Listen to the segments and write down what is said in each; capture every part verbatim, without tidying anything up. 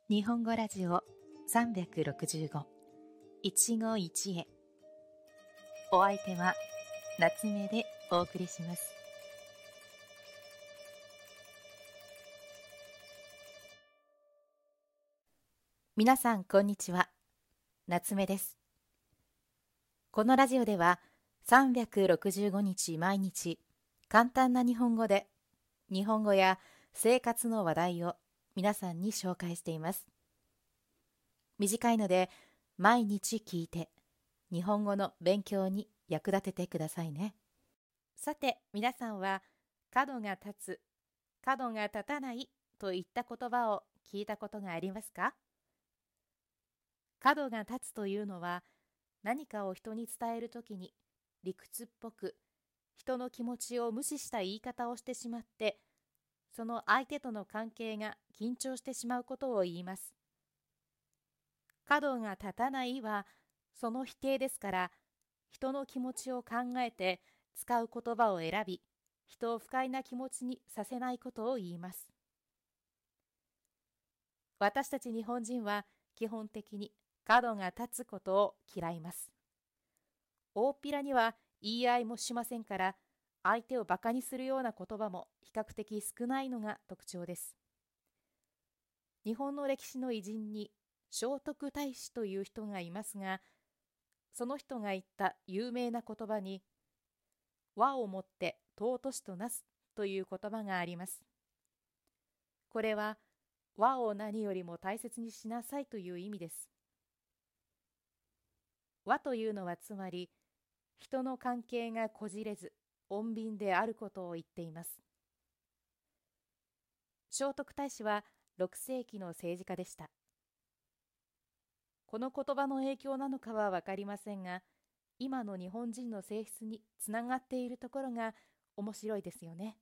日本語ラジオさんびゃくろくじゅうご一期一会。お相手は夏目でお送りします。皆さんこんにちは、夏目です。このラジオではさんびゃくろくじゅうごにち毎日簡単な日本語で日本語や生活の話題を皆さんに紹介しています。短いので毎日聞いて日本語の勉強に役立ててくださいね。さて皆さんは角が立つ、角が立たないといった言葉を聞いたことがありますか？角が立つというのは何かを人に伝えるときに理屈っぽく人の気持ちを無視した言い方をしてしまってその相手との関係が緊張してしまうことを言います。角が立たないはその否定ですから、人の気持ちを考えて使う言葉を選び、人を不快な気持ちにさせないことを言います。私たち日本人は基本的に角が立つことを嫌います。大っぴらには言い合いもしませんから、相手をバカにするような言葉も比較的少ないのが特徴です。日本の歴史の偉人に聖徳太子という人がいますが、その人が言った有名な言葉に、和をもって尊しとなすという言葉があります。これは和を何よりも大切にしなさいという意味です。和というのはつまり、人の関係がこじれず、穏便であることを言っています。聖徳太子はろくせいきの政治家でした。この言葉の影響なのかはわかりませんが、今の日本人の性質につながっているところが面白いですよね。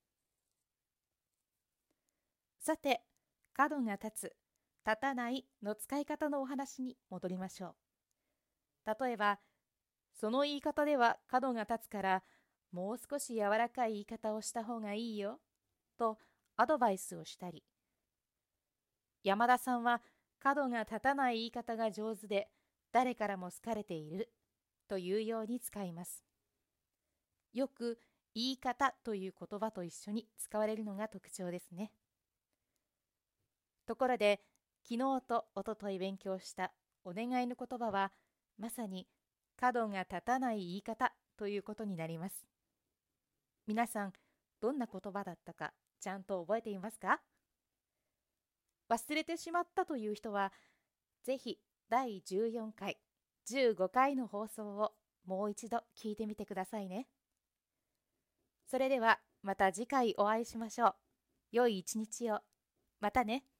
さて、角が立つ、立たないの使い方のお話に戻りましょう。例えば、その言い方では角が立つから、もう少し柔らかい言い方をした方がいいよ、とアドバイスをしたり、山田さんは角が立たない言い方が上手で誰からも好かれているというように使います。よく言い方という言葉と一緒に使われるのが特徴ですね。ところで昨日とおととい勉強したお願いの言葉はまさに角が立たない言い方ということになります。皆さんどんな言葉だったかちゃんと覚えていますか？忘れてしまったという人は、ぜひだいじゅうよんかい、じゅうごかいの放送をもう一度聞いてみてくださいね。それではまた次回お会いしましょう。良い一日を。またね。